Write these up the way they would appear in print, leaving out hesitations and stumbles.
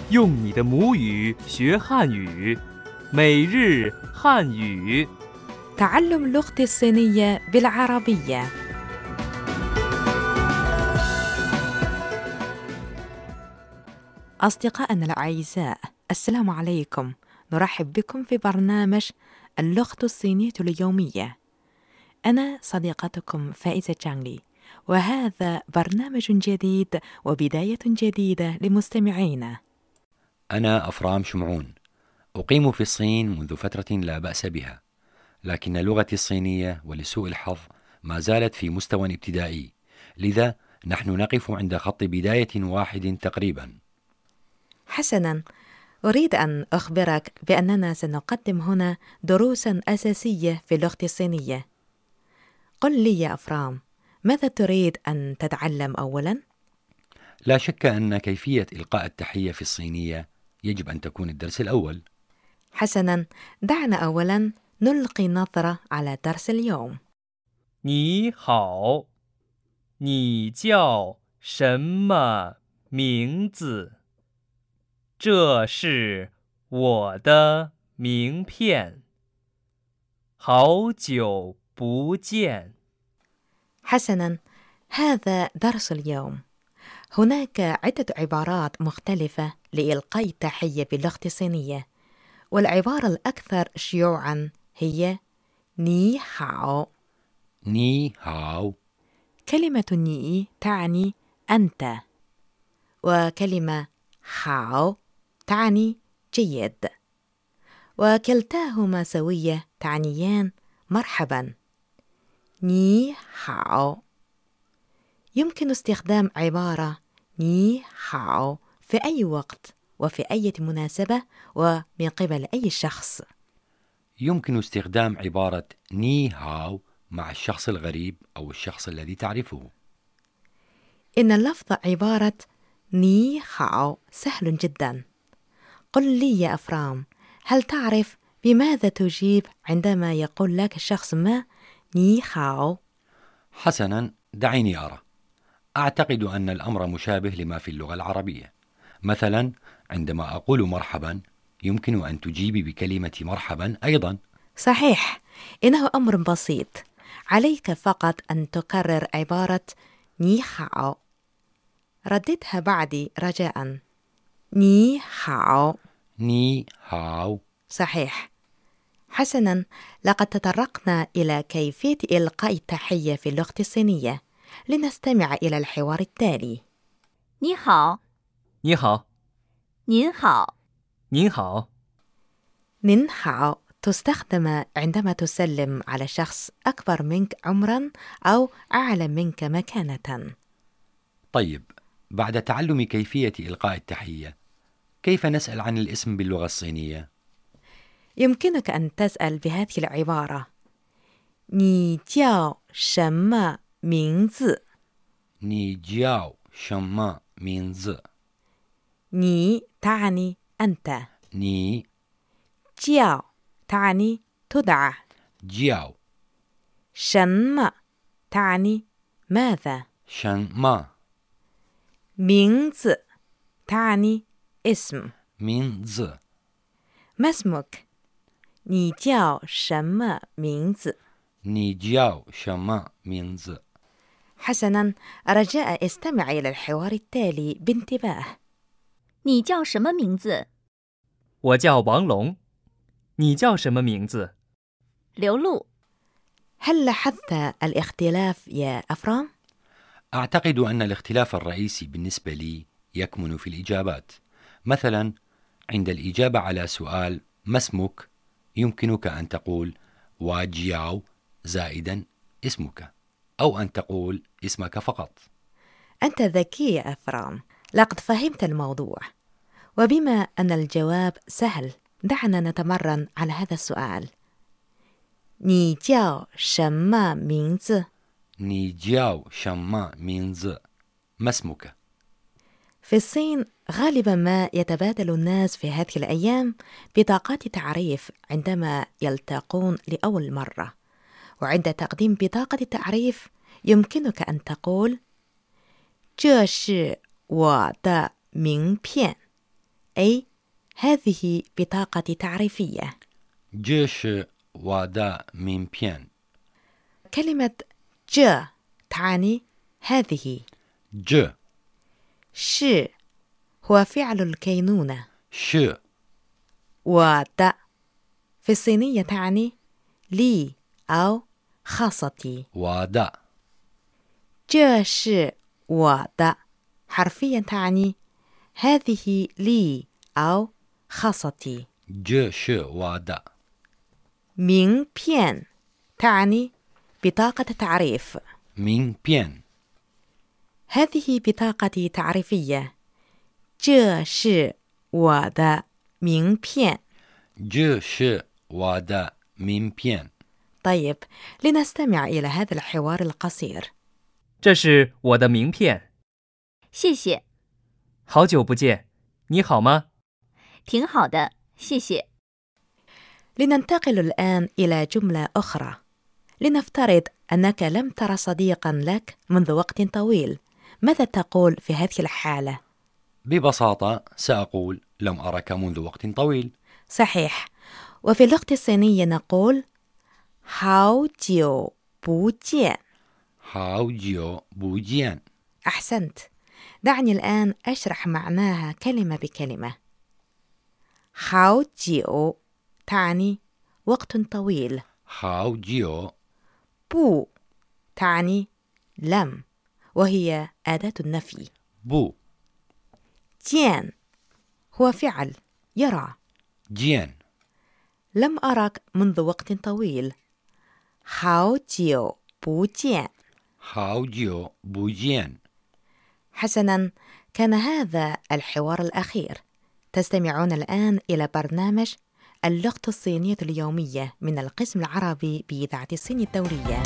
用你的母语学汉语，每日汉语。 تعلم اللغة الصينية بالعربية. أصدقائنا الأعزاء، السلام عليكم. نرحب بكم في برنامج اللغة الصينية اليومية. أنا صديقتكم فائزة جانلي، وهذا برنامج جديد وبداية جديدة لمستمعينا. أنا أفرام شمعون، أقيم في الصين منذ فترة لا بأس بها، لكن لغتي الصينية ولسوء الحظ ما زالت في مستوى ابتدائي، لذا نحن نقف عند خط بداية واحد تقريبا. حسناً، أريد أن أخبرك بأننا سنقدم هنا دروساً أساسية في اللغة الصينية. قل لي يا أفرام، ماذا تريد أن تتعلم أولاً؟ لا شك أن كيفية إلقاء التحية في الصينية يجب أن تكون الدرس الأول. حسناً، دعنا أولاً نلقي نظرة على درس اليوم. 你好，你叫什么名字？这是我的名片。好久不见。 حسناً، هذا درس اليوم. هناك عدة عبارات مختلفة لإلقاء التحية باللغة الصينية، والعبارة الأكثر شيوعاً هي ني هاو. ني هاو. كلمة ني تعني أنت، وكلمة هاو تعني جيد، وكلتاهما سوية تعنيان مرحباً. ني هاو. يمكن استخدام عبارة ني هاو في أي وقت وفي أي مناسبة ومن قبل أي شخص. يمكن استخدام عبارة ني هاو مع الشخص الغريب أو الشخص الذي تعرفه. إن اللفظ عبارة ني هاو سهل جدا. قل لي يا أفرام، هل تعرف بماذا تجيب عندما يقول لك شخص ما ني هاو؟ حسناً، دعيني أرى. أعتقد أن الأمر مشابه لما في اللغة العربية. مثلاً عندما أقول مرحباً يمكن أن تجيبي بكلمة مرحباً أيضاً. صحيح، إنه أمر بسيط. عليك فقط أن تكرر عبارة ني هاو. رددها بعدي رجاءً. ني هاو. ني هاو. صحيح. حسناً، لقد تطرقنا إلى كيفية إلقاء التحية في اللغة الصينية. لنستمع إلى الحوار التالي. 你好， 你好， 您好， 您好。 نين هاو تستخدم عندما تسلم على شخص أكبر منك عمراً أو أعلى منك مكانة. طيب، بعد تعلم كيفية إلقاء التحية، كيف نسأل عن الاسم باللغة الصينية؟ يمكنك أن تسأل بهذه العبارة: 你叫什么名字؟ ني جاو شما مينز. ني تعني أنت، ني جاو تعني تدعى، جاو. 什么 تعني ماذا، شن ما. 名字 تعني اسم. مينز. ما اسمك؟ 你叫什么名字؟ ني جاو شما مينز. حسناً، رجاء استمع إلى الحوار التالي بانتباه. 你叫什么名字？ 我叫王龙，你叫什么名字？ 刘露。 هل لاحظت الاختلاف يا أفرام؟ أعتقد أن الاختلاف الرئيسي بالنسبة لي يكمن في الإجابات. مثلا عند الإجابة على سؤال ما اسمك، يمكنك أن تقول واجياو زائدا اسمك، أو أن تقول اسمك فقط. أنت ذكي يا أفرام، لقد فهمت الموضوع. وبما أن الجواب سهل، دعنا نتمرن على هذا السؤال. 你叫什么名字？ ني جاو شما مينز. ما اسمك؟ في الصين غالبا ما يتبادل الناس في هذه الأيام بطاقات تعريف عندما يلتقون لأول مرة، وعند تقديم بطاقة التعريف يمكنك أن تقول 这是我的名片. أي هذه بطاقة تعريفية. 这是我的名片 كلمة ج تعني هذه. 这 ش هو فعل الكينونة. 是 ود في الصينية تعني لي أو خاصتي. 我的这是我的 حرفيا تعني هذه لي أو خاصتي. 这是我的名片 تعني بطاقة تعريف. 名片 هذه بطاقتي تعريفية. 这是我的名片. 这是我的名片 طيب، لنستمع إلى هذا الحوار القصير. 这是我的名片。 谢谢， 好久不见，你好吗？ 挺好的，谢谢。 لننتقل الآن إلى جملة أخرى. لنفترض أنك لم تر صديقا لك منذ وقت طويل. ماذا تقول في هذه الحالة؟ ببساطة سأقول لم أرك منذ وقت طويل. صحيح. وفي اللغة الصينية نقول 好久不见. 好久不见 أحسنت. دعني الآن أشرح معناها كلمة بكلمة. 好久 تعني وقت طويل. 好久 بو تعني لم، وهي أداة النفي. 不 جيان هو فعل يرى. 见 لم أرك منذ وقت طويل. 好久不见. 好久不见 حسناً، كان هذا الحوار الأخير. تستمعون الآن إلى برنامج اللغة الصينية اليومية من القسم العربي بإذاعة الصين الدولية.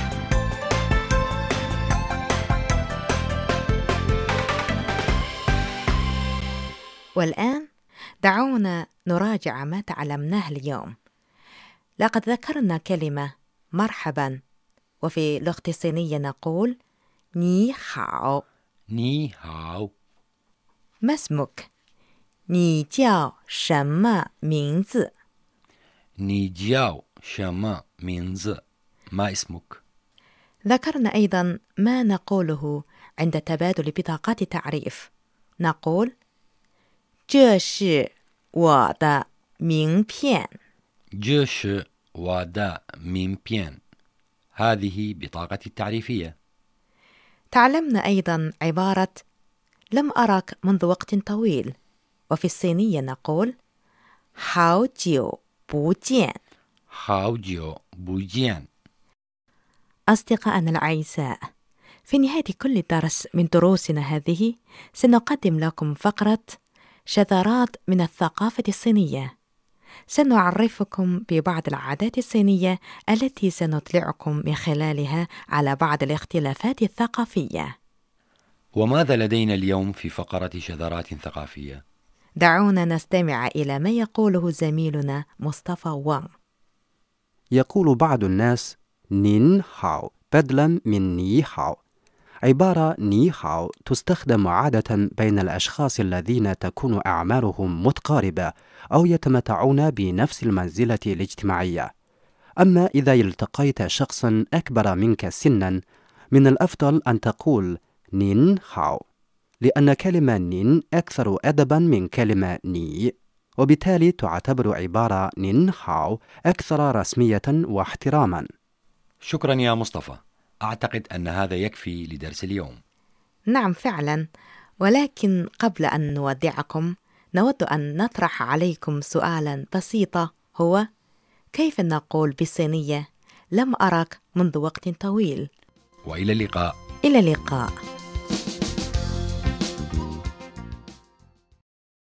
والآن دعونا نراجع ما تعلمناه اليوم. لقد ذكرنا كلمة مرحباً، وفي اللغة الصينية نقول ني هاو. 你好 ما اسمك؟ 你叫什么名字？ 你叫什么名字 ما اسمك؟ ذكرنا أيضا ما نقوله عند تبادل بطاقات التعريف. نقول 这是我的名片. 这是我的名片 هذه بطاقتي التعريفية. تعلمنا أيضا عبارة لم أرك منذ وقت طويل، وفي الصينية نقول 好久不见. 好久不见 أصدقائنا الأعزاء، في نهاية كل درس من دروسنا هذه سنقدم لكم فقرة شذرات من الثقافة الصينية. سنعرفكم ببعض العادات الصينية التي سنطلعكم من خلالها على بعض الاختلافات الثقافية. وماذا لدينا اليوم في فقرة شذرات ثقافية؟ دعونا نستمع إلى ما يقوله زميلنا مصطفى وان. يقول بعض الناس نين هاو بدلا من ني هاو. عبارة ني هاو تستخدم عادة بين الأشخاص الذين تكون أعمارهم متقاربة أو يتمتعون بنفس المنزلة الاجتماعية. أما إذا التقيت شخصا أكبر منك سنا، من الأفضل أن تقول نين هاو، لأن كلمة نين أكثر أدبا من كلمة ني، وبالتالي تعتبر عبارة نين هاو أكثر رسمية واحتراما. شكرا يا مصطفى، أعتقد أن هذا يكفي لدرس اليوم. نعم فعلا، ولكن قبل أن نودعكم نود أن نطرح عليكم سؤالا بسيطا، هو كيف نقول بالصينية لم أرك منذ وقت طويل؟ وإلى اللقاء. إلى اللقاء.